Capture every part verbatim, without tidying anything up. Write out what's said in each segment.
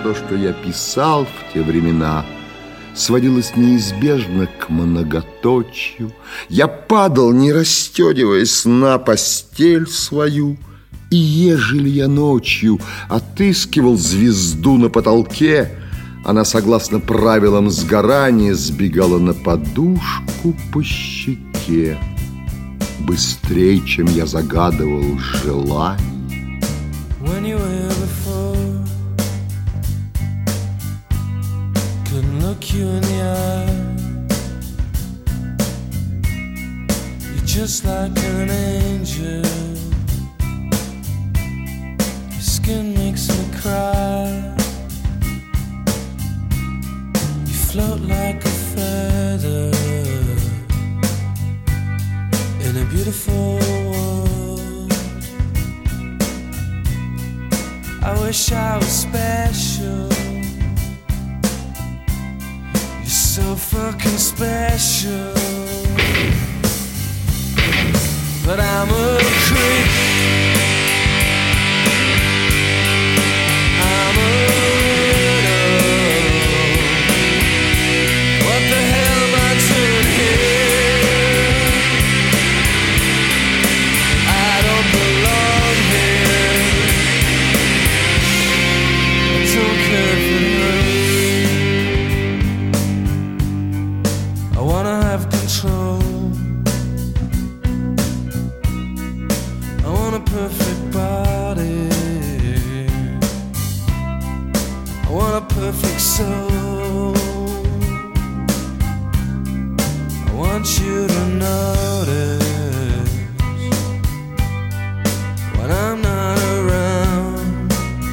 то, что я писал в те времена, сводилось неизбежно к многоточию. Я падал, не расстегиваясь, на постель свою, и ежели я ночью отыскивал звезду на потолке, она, согласно правилам сгорания, сбегала на подушку по щеке быстрее, чем я загадывал желание. When you were before, couldn't look you in the eye. You're just like an angel. Your skin makes me cry. You float like a feather in a beautiful world. I wish I was special. You're so fucking special. But I'm a creep. I'm a widow. What the hell am I doing here? I don't belong here. I don't care if it hurts. I wanna have control. I want a perfect body. I want a perfect soul. I want you to notice when I'm not around.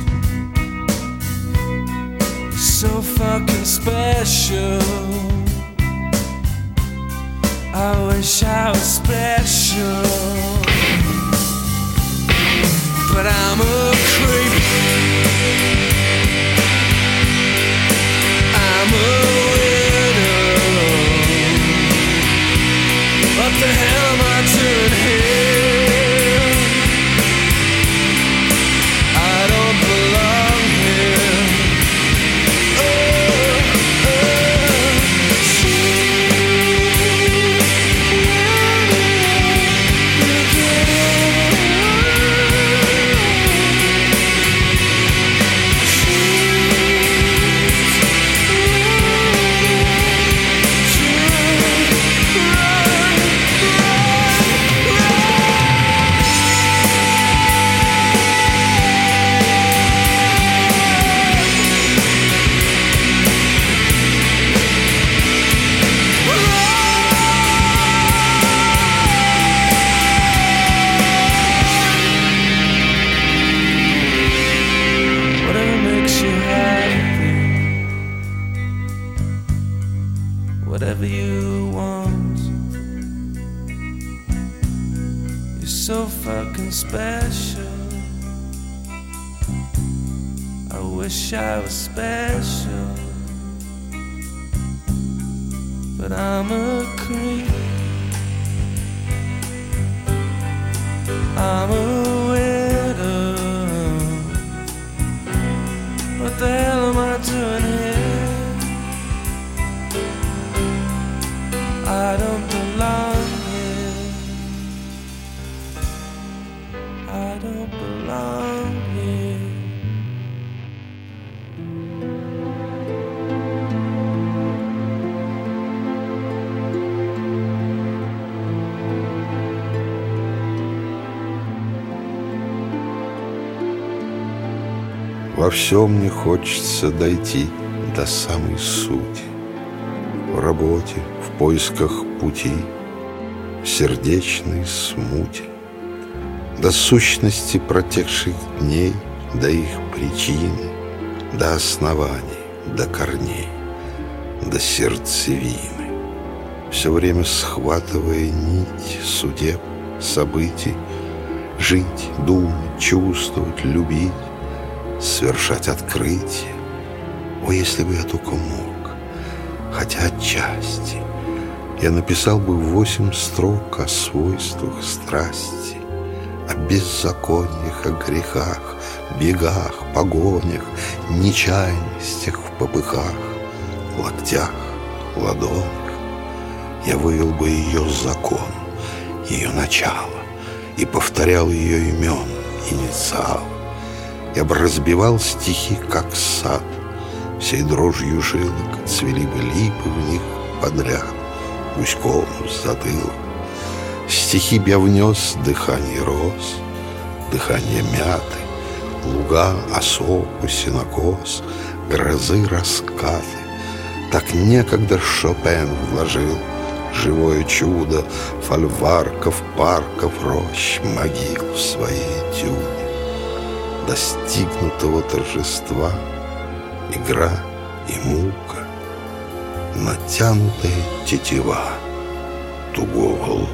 You're so fucking special. I wish I was special. But I'm a creep. I'm a widow. What the hell am I doing here? I don't belong here. Oh, whatever makes you happy, whatever you want. You're so fucking special. I wish I was special. But I'm a creep. I'm a widow. What the hell am I doing here? I don't belong here. I don't belong here. Во всем мне хочется дойти до самой сути. В работе, в поисках пути, в сердечной смуте, до сущности протекших дней, до их причины, до оснований, до корней, до сердцевины. Все время схватывая нить судеб, событий, жить, думать, чувствовать, любить, совершать открытие. О, если бы я только мог, хотя отчасти, я написал бы восемь строк о свойствах страсти, о беззакониях, о грехах, бегах, погонях, нечаянностях в попыхах, локтях, ладонях. Я вывел бы ее закон, ее начало, и повторял ее имен, инициал. Я бы разбивал стихи, как сад, всей дрожью жилок цвели бы липы в них подряд, гуськом с затылок. Стихи б я внес дыхание роз, дыхание мяты, луга, осоку, сенокос, грозы, раскаты. Так некогда Шопен вложил живое чудо фольварков, парков, рощ, могил в свои этюды. Достигнутого торжества игра и мука, натянутая тетива тугого лука.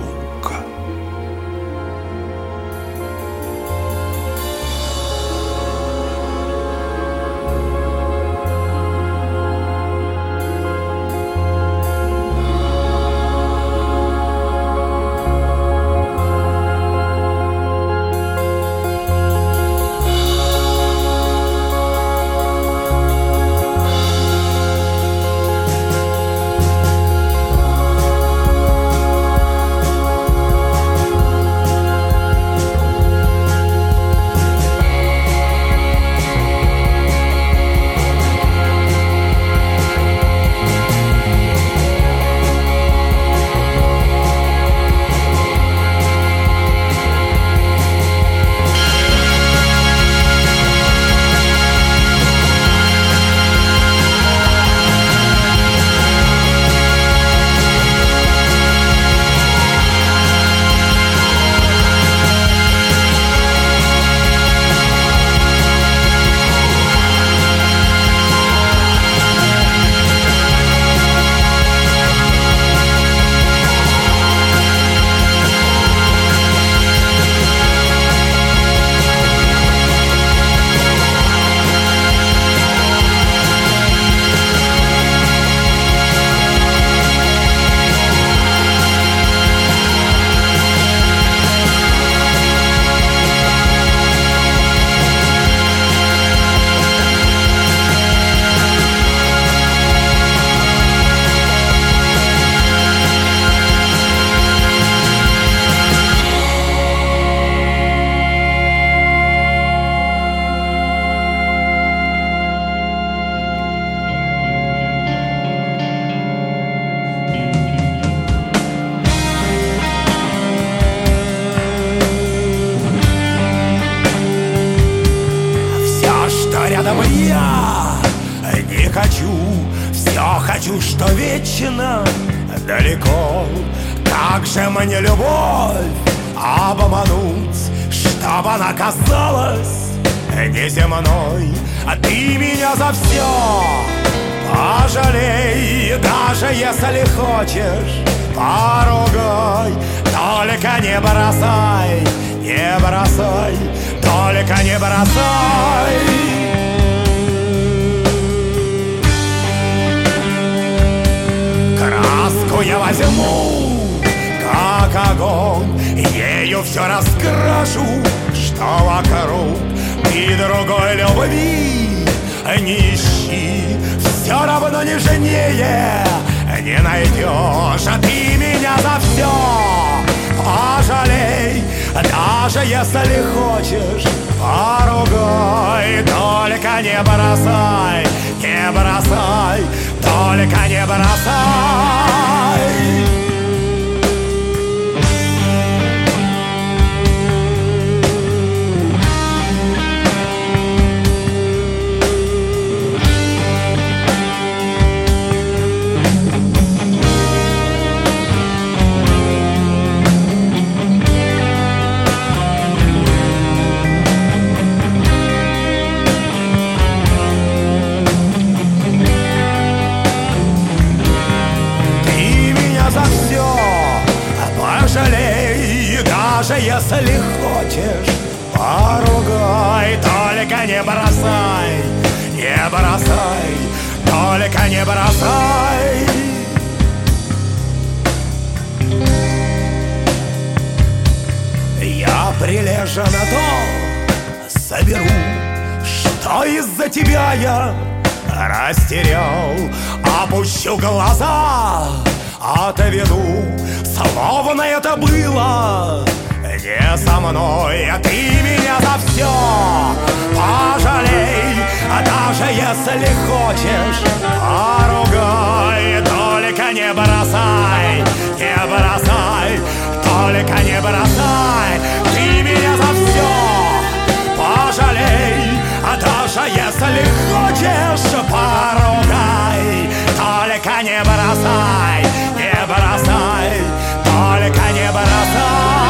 рядом я не хочу. Все хочу, что вечно далеко. Как же мне любовь обмануть, чтобы она казалась неземной? А ты меня за все пожалей, даже если хочешь поругай. Только не бросай, не бросай, только не бросай. Краску я возьму, как огонь, ею все раскрашу, что вокруг. Ты другой любви не ищи, все равно нежнее не найдешь. А ты меня за все пожалей, даже если хочешь поругай. Только не бросай, не бросай, только не бросай. Пожалей, даже если хочешь поругай. Только не бросай, не бросай, только не бросай. Я прилежно, то соберу, что из-за тебя я растерял. Опущу глаза, отведу, словно это было не со мной. А ты меня за все пожалей, а даже если хочешь, поругай. Только не бросай, не бросай, только не бросай. Ты меня за все пожалей, а даже если хочешь, поругай. Только не бросай, не бросай, только не бросай.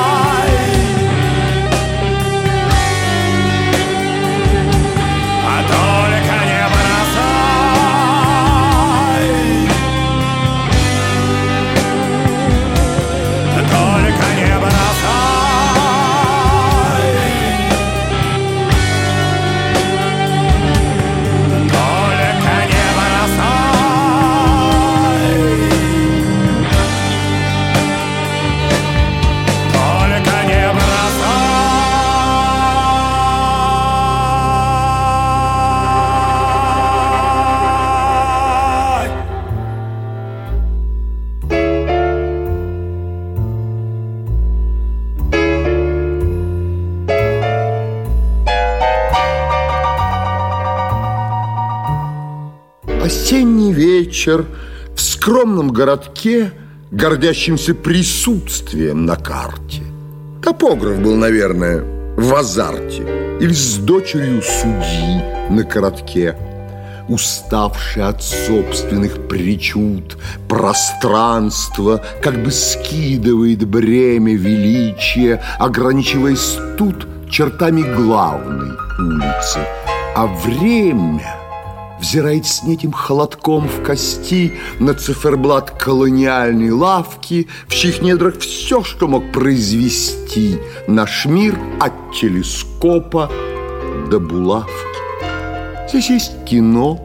Осенний вечер в скромном городке, гордящимся присутствием на карте. Топограф был, наверное, в азарте или с дочерью судьи на коротке. Уставший от собственных причуд, пространство как бы скидывает бремя величия, ограничиваясь тут чертами главной улицы. А время взирает с неким холодком в кости на циферблат колониальной лавки, в чьих недрах все, что мог произвести наш мир от телескопа до булавки. Здесь есть кино,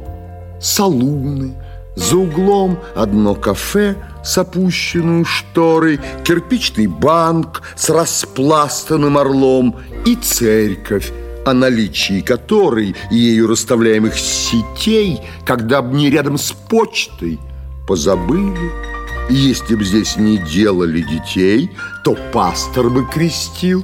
салуны, за углом одно кафе с опущенной шторой, кирпичный банк с распластанным орлом и церковь, о наличии которой и ею расставляемых сетей, когда б не рядом с почтой, позабыли. И если б здесь не делали детей, то пастор бы крестил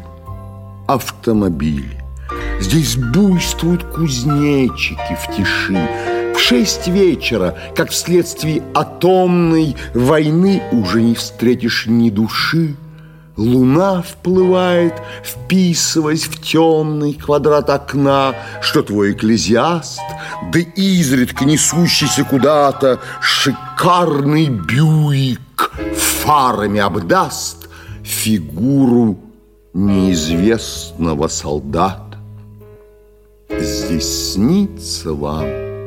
автомобили. Здесь буйствуют кузнечики в тиши. В шесть вечера, как вследствие атомной войны, уже не встретишь ни души. Луна вплывает, вписываясь в темный квадрат окна, что твой экклезиаст, да изредка несущийся куда-то шикарный Бьюик фарами обдаст фигуру неизвестного солдата. Здесь снится вам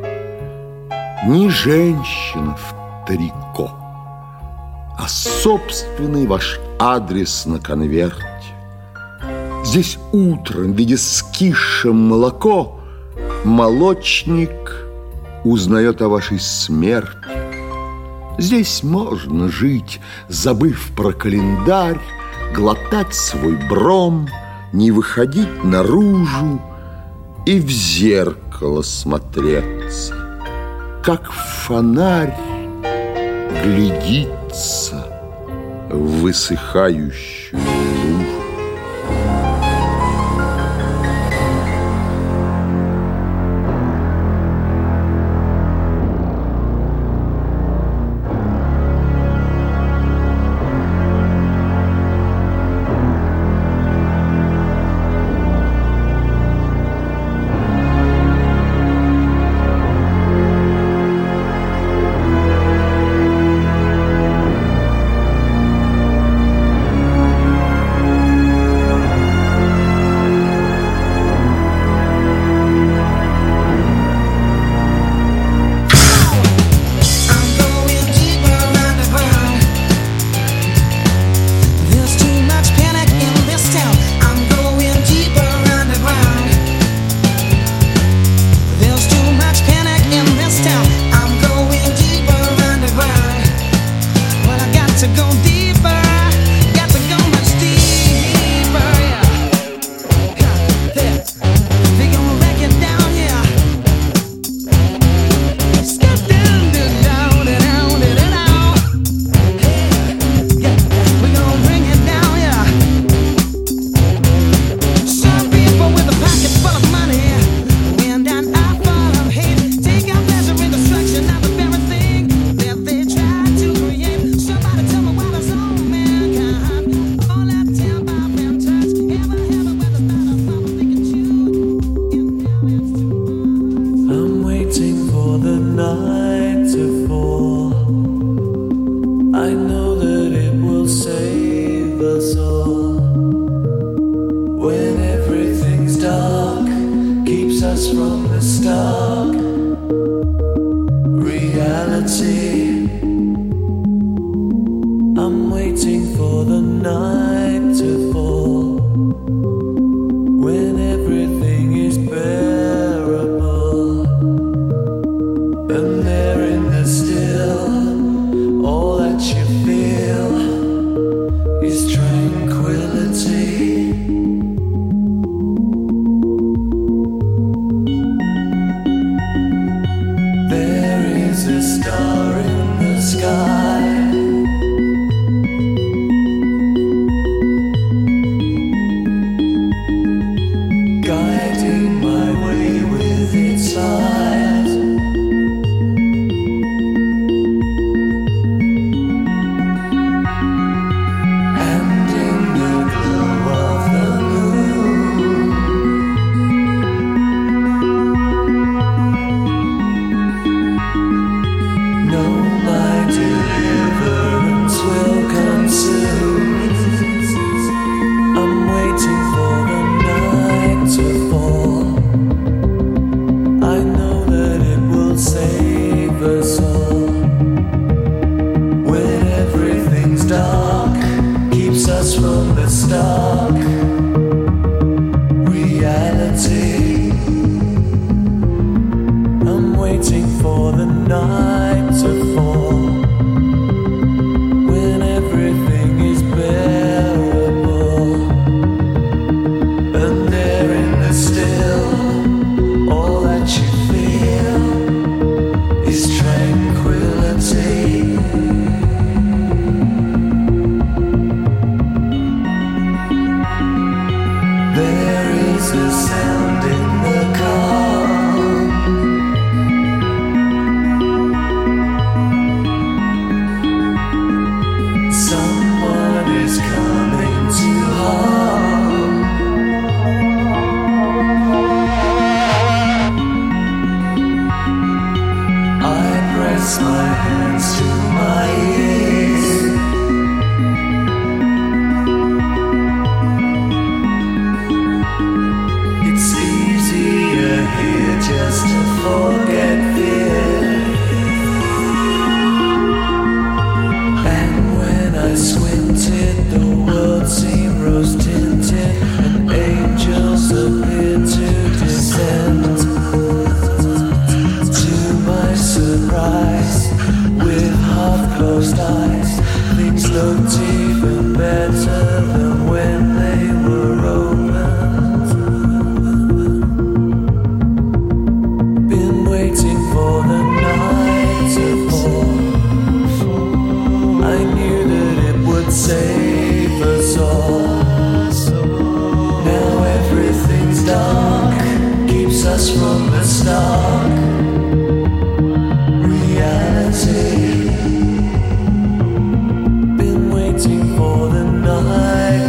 не женщина в трико, а собственный ваш адрес на конверте. Здесь утром, видя скисшее молоко, молочник узнает о вашей смерти. Здесь можно жить, забыв про календарь, глотать свой бром, не выходить наружу и в зеркало смотреться, как фонарь глядится в высыхающую лужу. us from the stark reality. I'm waiting for the night to fall, when everything is bearable, and there in the still, all that you feel is tranquility. There is a star in the sky, guiding my way with its light. And in the glow of the moon, know my deliverance will come soon. I'm waiting for the night to fall. I know that it will save us all, when everything's dark, keeps us from the stark reality. I'm waiting for the night to fall, when everything is bearable, and there in the still, all that you feel is tranquility. There is a sound in the calm, someone is coming to harm. I press my hands to my ears, it's easier here just to forget fear. And when I squinted, the world seemed rose tinted, and angels appeared to descend. To my surprise, with half-closed eyes, things looked even better than when they were opened. Been waiting for the night to fall. I knew that it would save us all. Now everything's dark, keeps us from the stark reality. Been waiting for the night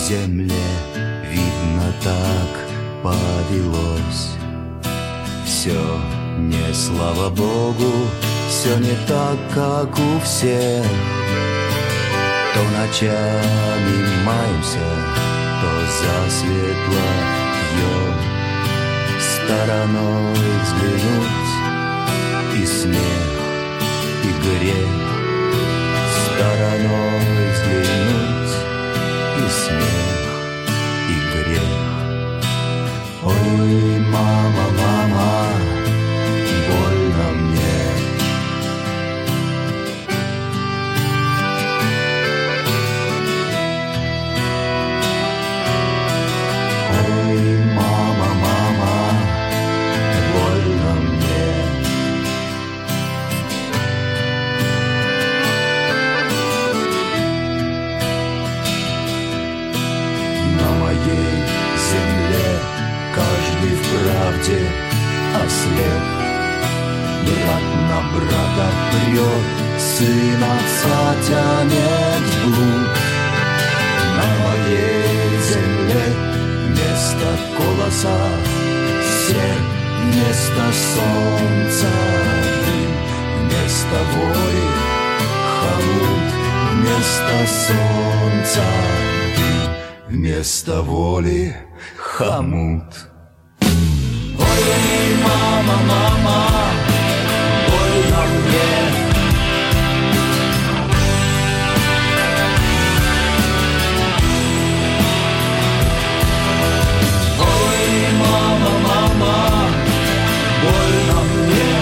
земле, видно, так повелось. Все не слава Богу, все не так, как у всех. То ночами маемся, то засветло пьем. Стороной взглянуть и смех, и грех. Стороной взглянуть и смех, и грех. Ой, мама, мама, больно мне. Ой, мама, мама, больно мне. На моей земле каждый в правде ослеп. Брат на брата прет, сын отца тянет вглубь. На моей земле вместо колоса серп, вместо солнца дым, вместо воли холод, вместо солнца дым, вместо воли хомут. Ой, мама, мама, больно мне. Ой, мама, мама, больно мне.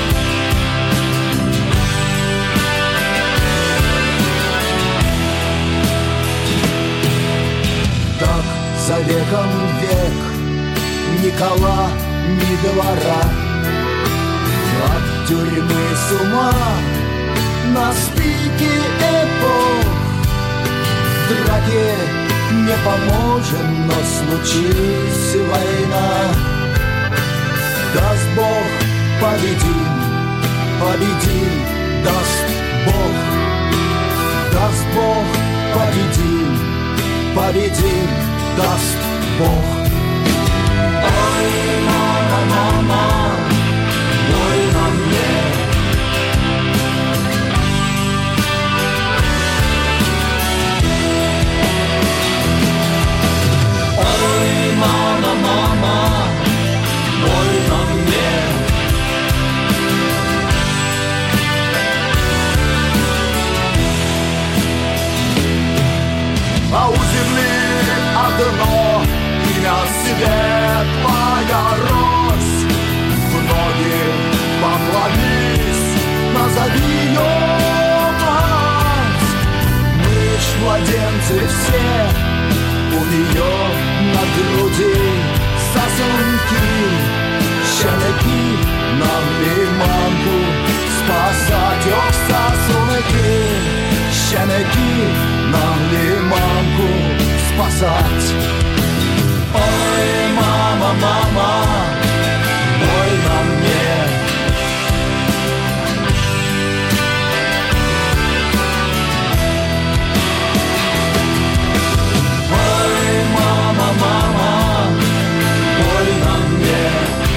Так за веком век, ни кола, ни двора, от тюрьмы с ума на спике эпох. В драке не поможем, но случись война. Даст Бог, победим, победим, даст Бог. Даст Бог, победим, победим, даст Бог. Ой, мама, мама, больно мне. Ой, мама, мама, больно мне. А у земли одно имя светлая рось. В ноги поклонись, назови ее мать. Мы ж младенцы все, у нее на груди сосунки, щенки, нам ли мамку спасать, ох, сосунки, щенки, нам ли мамку спасать. Ой, мама, мама, больно мне. Ой, мама, мама, больно мне.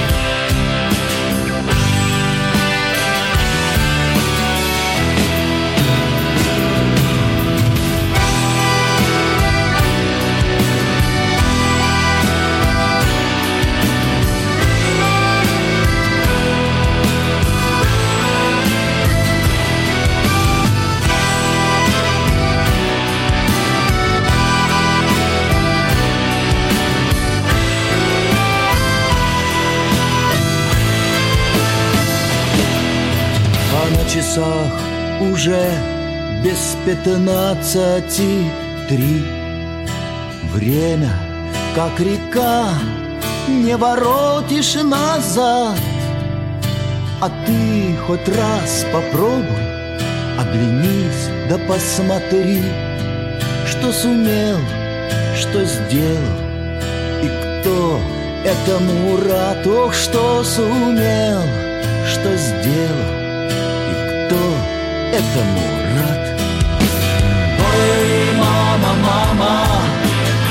На часах уже без пятнадцати три. Время, как река, не воротишь назад. А ты хоть раз попробуй, оглянись да посмотри, что сумел, что сделал и кто этому рад. Ох, что сумел, что сделал, кто этому рад. Ой, мама, мама,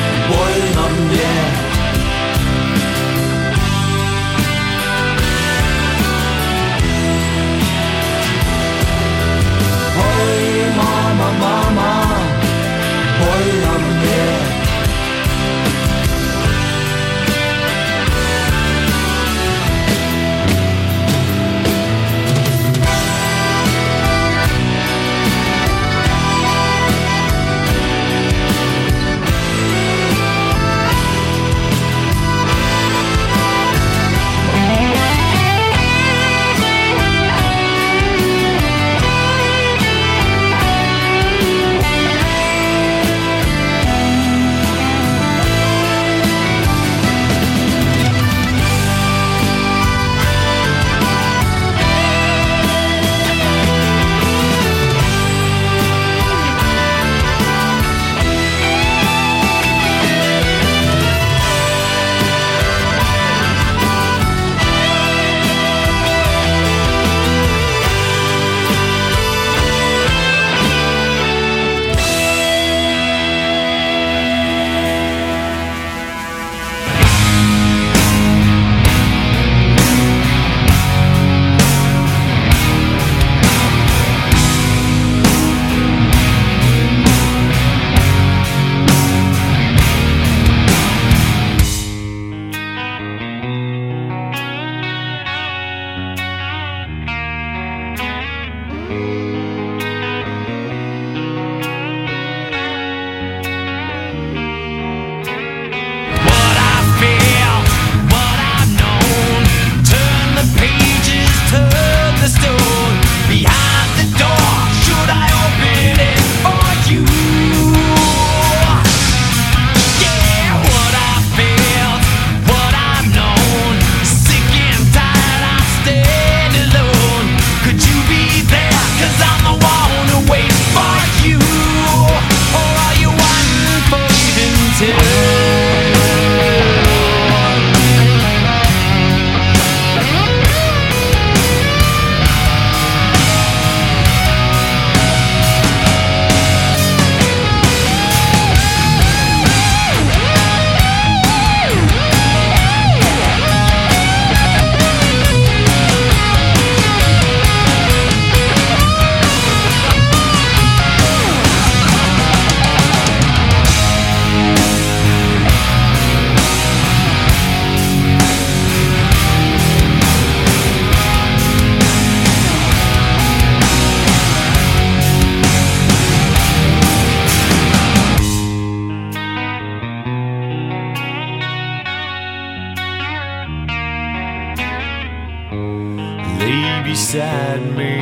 at me.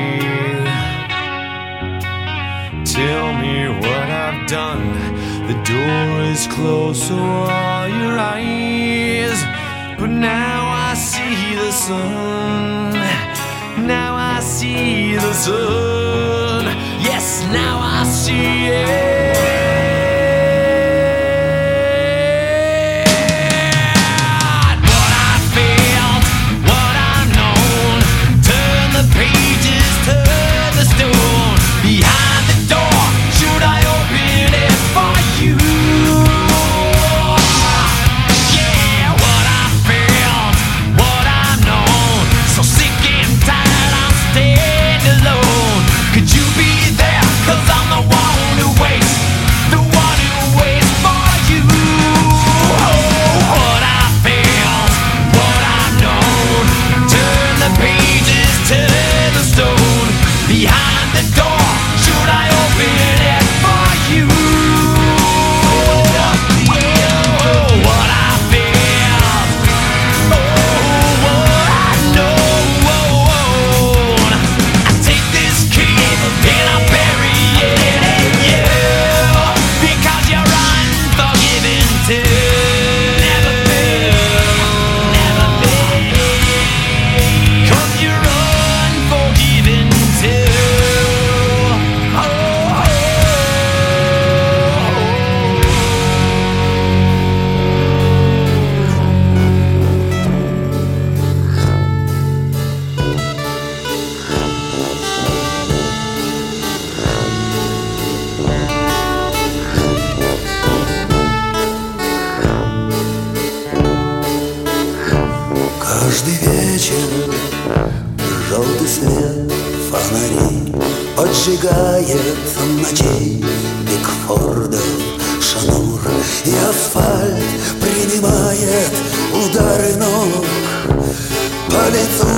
Tell me what I've done. The door is closed, so are your eyes. But now I see the sun. Now I see the sun. Yes, now I see it. What I felt, what I've known. Turn the pages, turn the stone. Behind the door, should I open it for you? Yeah, what I felt, what I've known. So sick and tired, I'm staying alone. Could you be there? 'Cause I'm the one who waits, the one who waits for you. Oh, what I felt, what I've known. Turn the pages, turn the stone. Behind the door, should I open it for you? Oh, what I felt, oh, what I know. I take this key and I bury it in you, because you're unforgiving too. Never been, never been, 'cause you're unforgiving too. Oh, oh, oh. Каждый вечер желтый свет фонарей поджигает ночей Бигфордов шнур, и асфальт принимает удары ног по лицу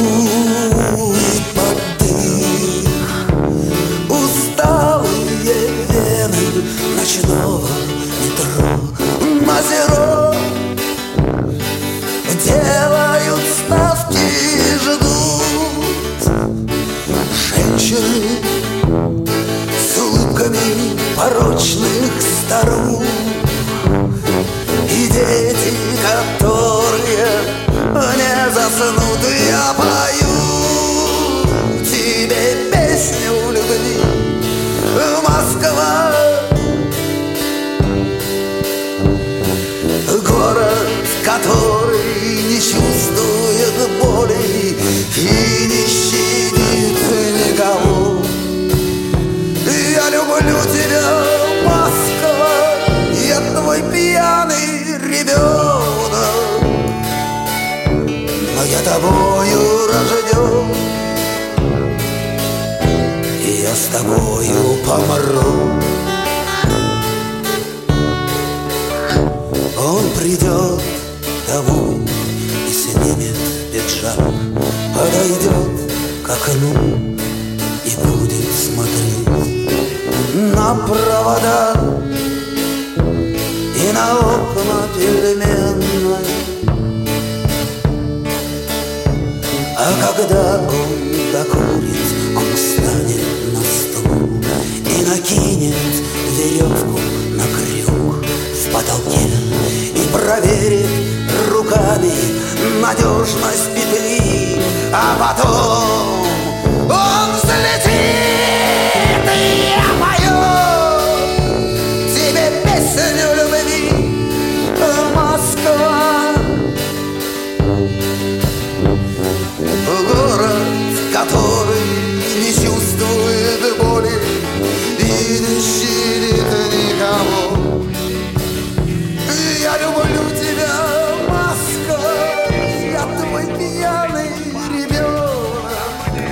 и под дых. Усталые вены ночного метро на зеро делают ставки и ждут. Женщины с улыбками порочных старух и дети, которые не заснут. Я пою тебе песню любви, Москва. Город, который не чувствует боли и не щадит никого. Я люблю тебя, Москва, я твой пьяный ребенок, но я тобою рожден, и я с тобою помру. Он придет домой и снимет пиджак, подойдет к окну и будет смотреть на провода и на окна переменной. А когда он докурит, он встанет на стул и накинет веревку на крюк в потолке и проверит руками надежность петли, а потом он взлетит, и я пою тебе песню любви, Москва. Город, который не чувствует боли и не щадит никого. Я люблю тебя, Москва, я твой пьяный ребенок,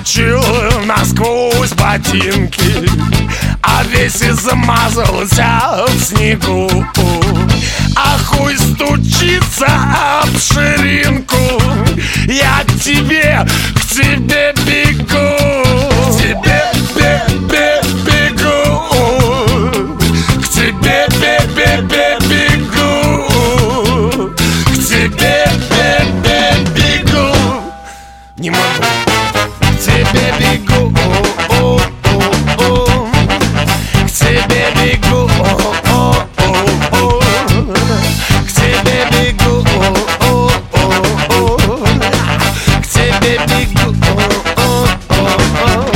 промочил насквозь ботинки, а весь измазался в снегу. А хуй стучится об ширинку, я к тебе, к тебе бегу, к тебе бе бе бегу, к тебе бе бе бе бегу, к тебе бе бе бегу. Не могу, к тебе бегу, о, о, о, к тебе бегу, о, о, о, к тебе бегу, о, о, о, к тебе бегу, о, о, о.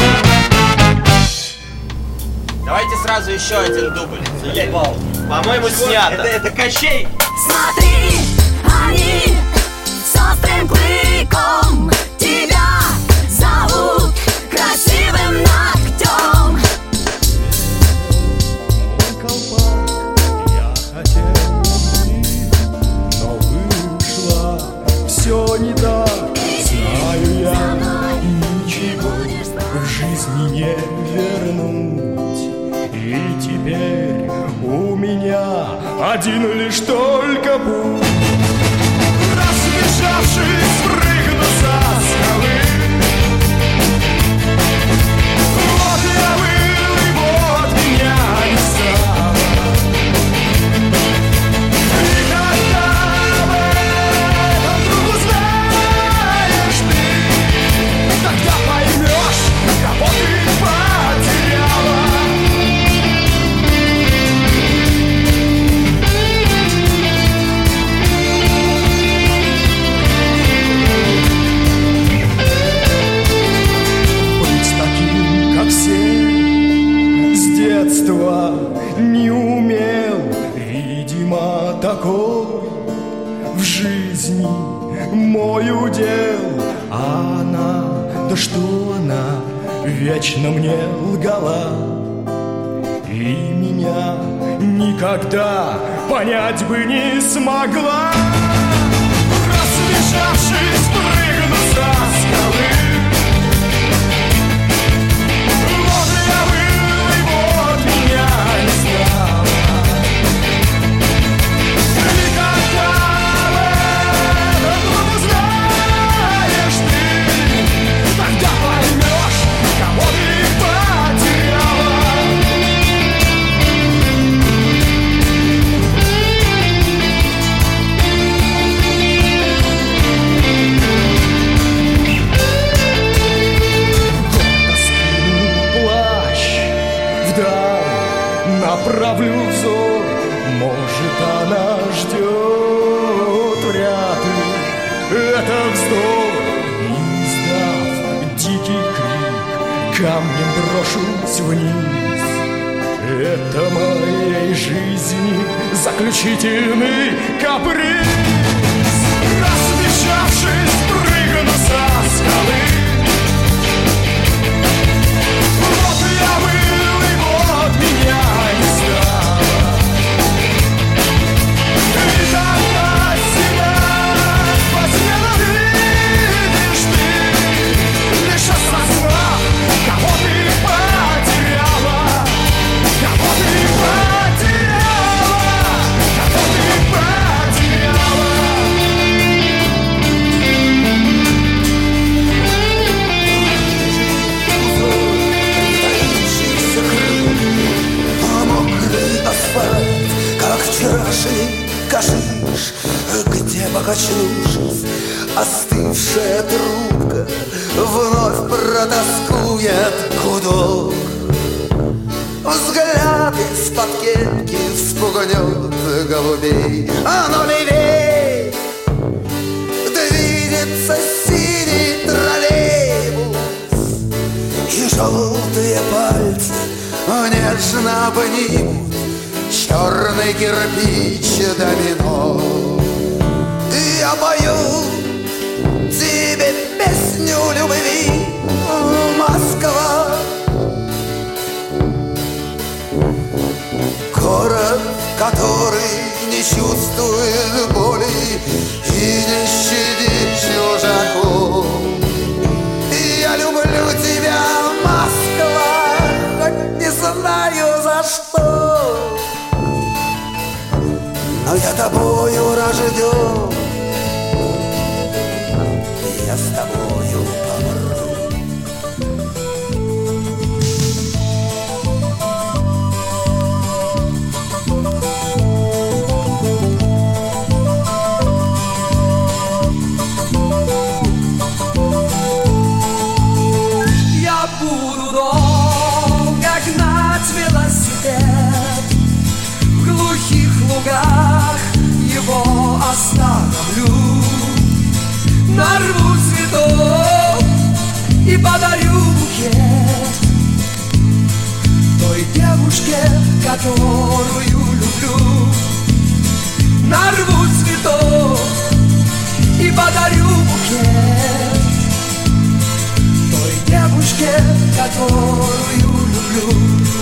Давайте сразу еще один дубль. По-моему, снято. Это, это Кощей. Смотри, они с острым клыком тебя зовут красивым ногтем. Я хотел уйти, но вышло все не так. Знаю я, ничего в жизни не вернуть. И теперь у меня один лишь только путь. Разбежавшись, прыгну со скалы. Вот я был, и вот меня не стало. И когда об этом вдруг узнаешь ты, тогда поймешь, кого ты потеряла. Не умел, видимо, такой в жизни мой удел. А она, да что она, вечно мне лгала. И меня никогда понять бы не смогла. Разбежавшись, прыгну со скалы. Направлю взор, может, она ждет, вряд ли это вздох. И, издав дикий крик, камнем брошусь вниз. Это моей жизни заключительный каприз. Разбежавшись, прыгну со скалы. Вот я был, и вот меня не стало. И тогда себя спасенно видишь ты, лишь осознав, кого ты потеряла, кого ты потеряла, кого ты потеряла. Асфальт, как вчерашний кашиш, где, покачнувшись, остывшая трубка вновь протоскует гудок. Взгляд из-под кепки вспугнет голубей, а но левей движется синий троллейбус, и желтые пальцы нежно обнимут черный кирпич домино. Я пою тебе песню любви, Москва. Город, который не чувствует боли и не щадит чужаков. Я люблю тебя. я тобою рожден. Я с тобою помру. Я буду долго гнать велосипед, в глухих лугах его остановлю. Нарву цветов и подарю букет той девушке, которую люблю. Нарву цветов и подарю букет той девушке, которую люблю.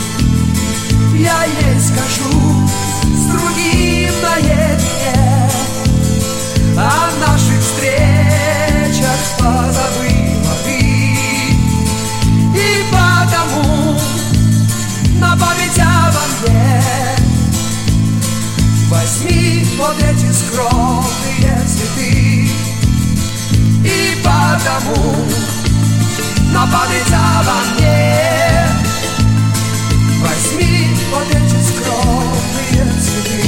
Я ей скажу с другим наедине о наших встречах, позабыла ты. И потому на память обо мне возьми вот эти скромные цветы. И потому на память обо мне возьми вот эти скромные цветы.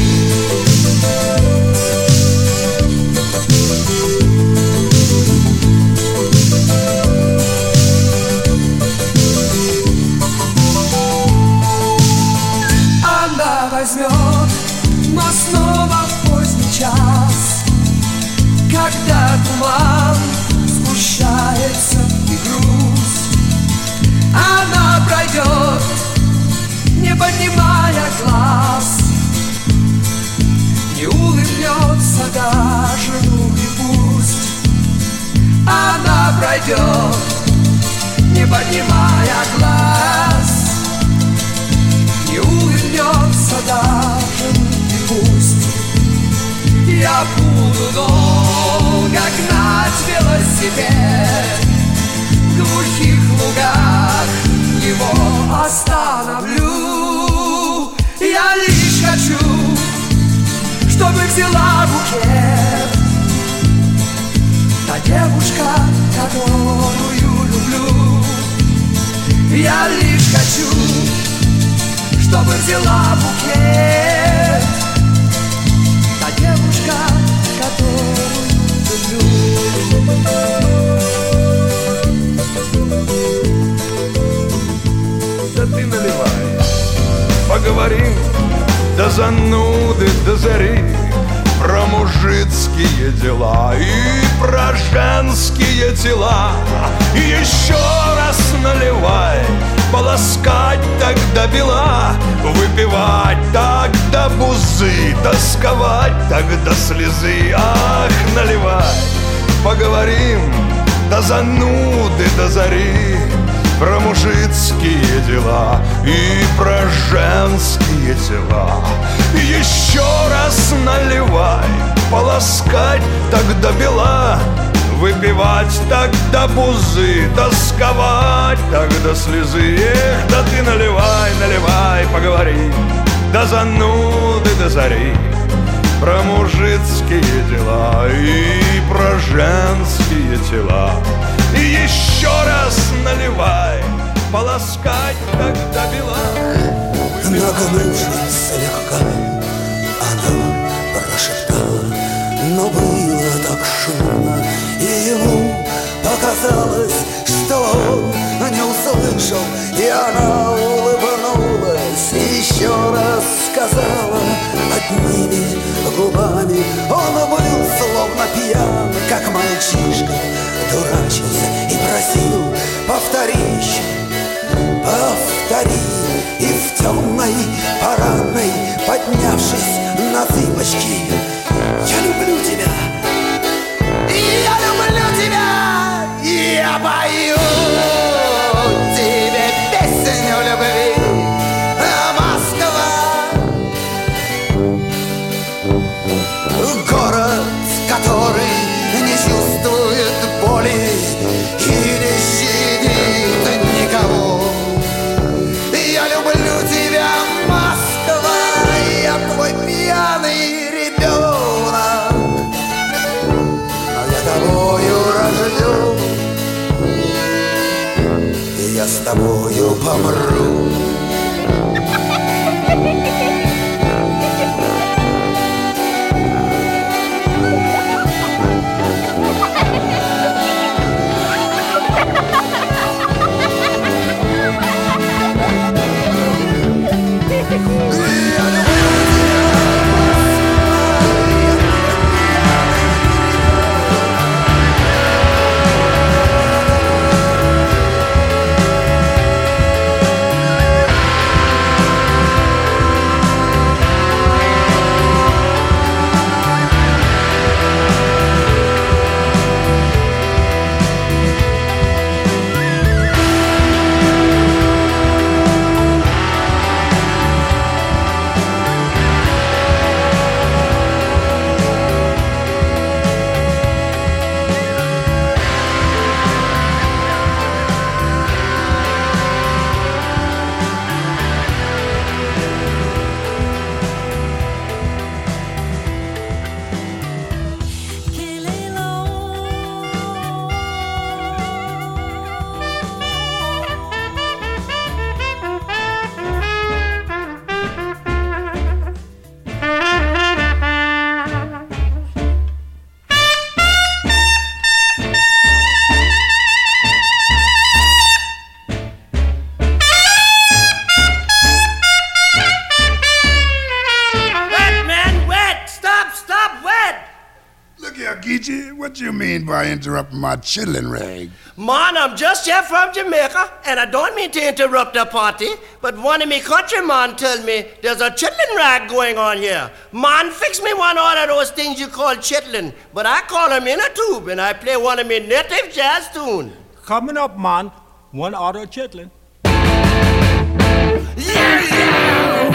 Она возьмет, но снова в поздний час, когда туман сгущается и грусть. Она пройдет, не поднимая глаз, не улыбнется даже, ну и пусть. Она пройдет, не поднимая глаз, не улыбнется даже, ну и пусть. Я буду долго гнать велосипед, в глухих лугах его остановлю. Я лишь хочу, чтобы взяла букет та девушка, которую люблю. Я лишь хочу, чтобы взяла букет та девушка, которую люблю. Да ты наливай, поговорим до зануды, до зари, про мужицкие дела и про женские тела. И еще раз наливай, полоскать так до бела, выпивать так до бузы, тосковать так до слезы. Ах, наливай, поговорим до зануды, до зари, про мужицкие дела и про женские тела. Еще раз наливай, полоскать так до бела, выпивать так до бузы, тосковать так до слезы. Эх, да ты наливай, наливай, поговори до зануды, до зари, про мужицкие дела и про женские тела. И еще раз наливай, полоскать так до бела. Нагнувшись слегка, она прошептала, но было так шумно, и ему показалось, что он не услышал. И она улыбнулась и еще раз сказала одними губами. Он был словно пьян, как мальчишка, дурачился и просил: повтори еще, повтори. И в темной парадной, поднявшись на цыпочки: я люблю тебя, я люблю тебя, я пою тебе песню любви, Москва. Город, который не чувствует боли и не щадит никого. Я люблю тебя, Москва, я твой пьяный ребенок. тобою помру. What you mean by interrupting my chitlin' rag? Man, I'm just here from Jamaica, and I don't mean to interrupt the party, but one of me countrymen told me there's a chitlin' rag going on here. Man, fix me one of those things you call chitlin', but I call them in a tube, and I play one of me native jazz tune. Coming up, man, one auto chitlin'. Yeah, yeah,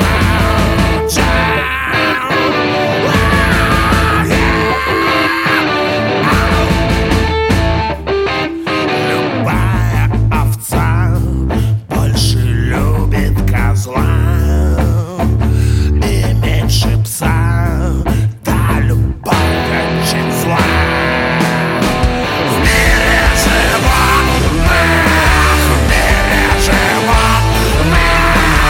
козла и меньше пса, да любовь очень зла. В мире животных, в мире животных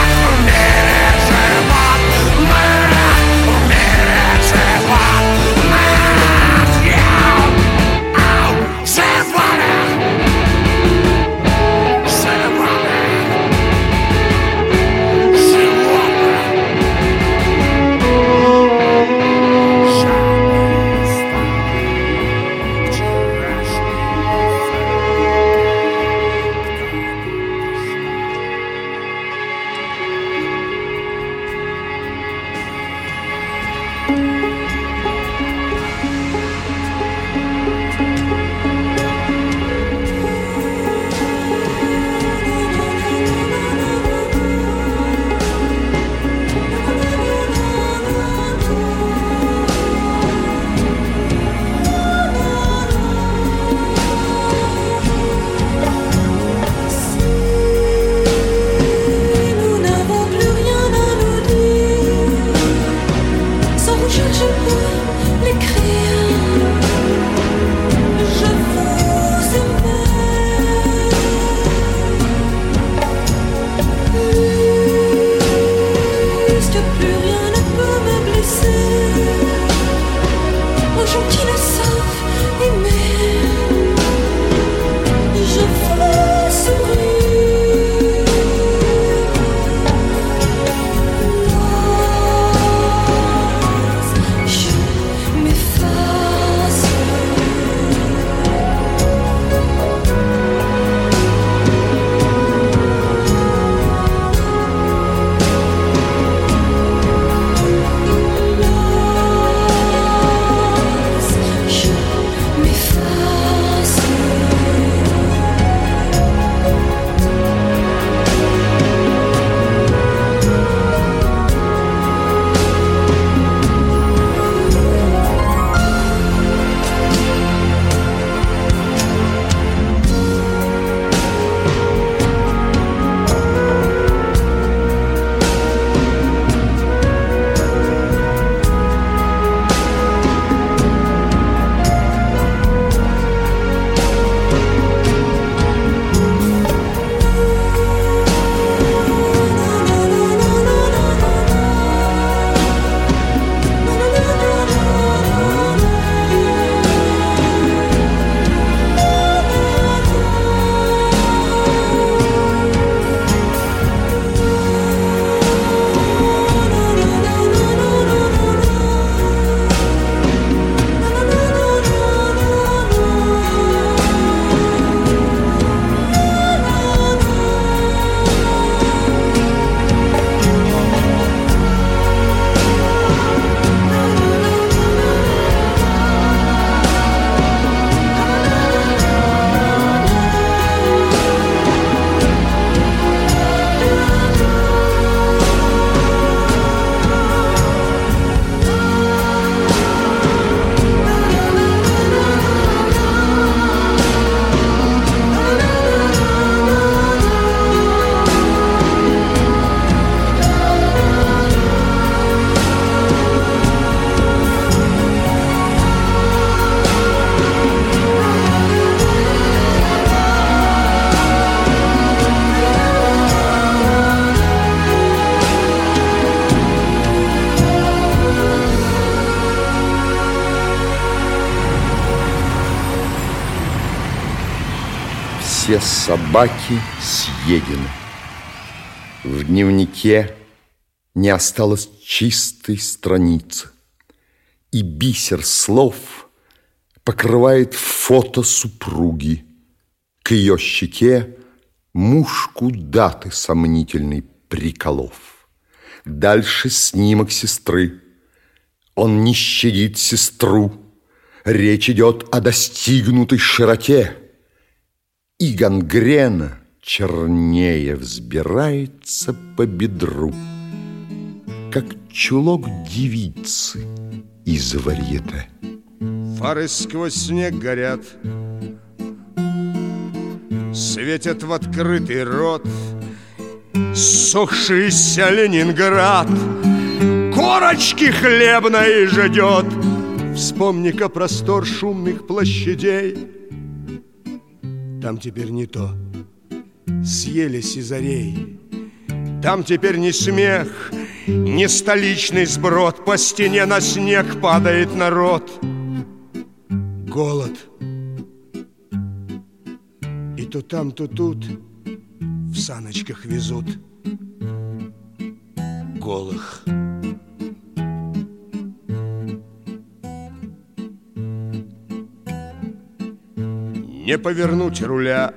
Все собаки съедены. В дневнике не осталось чистой страницы, и бисер слов покрывает фото супруги. К ее щеке мушку даты сомнительной приколов. Дальше снимок сестры. Он не щадит сестру. Речь идет о достигнутой широте. И гангрена чернее взбирается по бедру, как чулок девицы из варьете. Фары сквозь снег горят, светят в открытый рот. Сохшийся Ленинград корочки хлебной ждет. Вспомни-ка простор шумных площадей. Там теперь не то, съели сизарей. Там теперь не смех, не столичный сброд. По стене на снег падает народ. Голод. И то там, то тут в саночках везут голых. Не повернуть руля.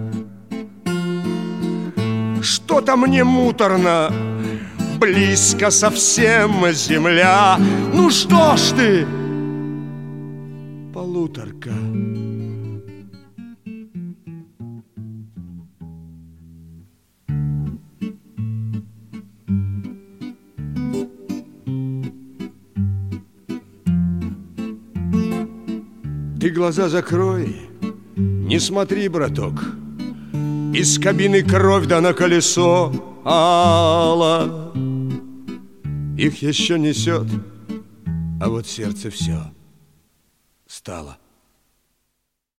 Что-то мне муторно, близко совсем земля. Ну что ж ты, полуторка? Ты глаза закрой, не смотри, браток. Из кабины кровь да на колесо ала. Их еще несет, а вот сердце все стало.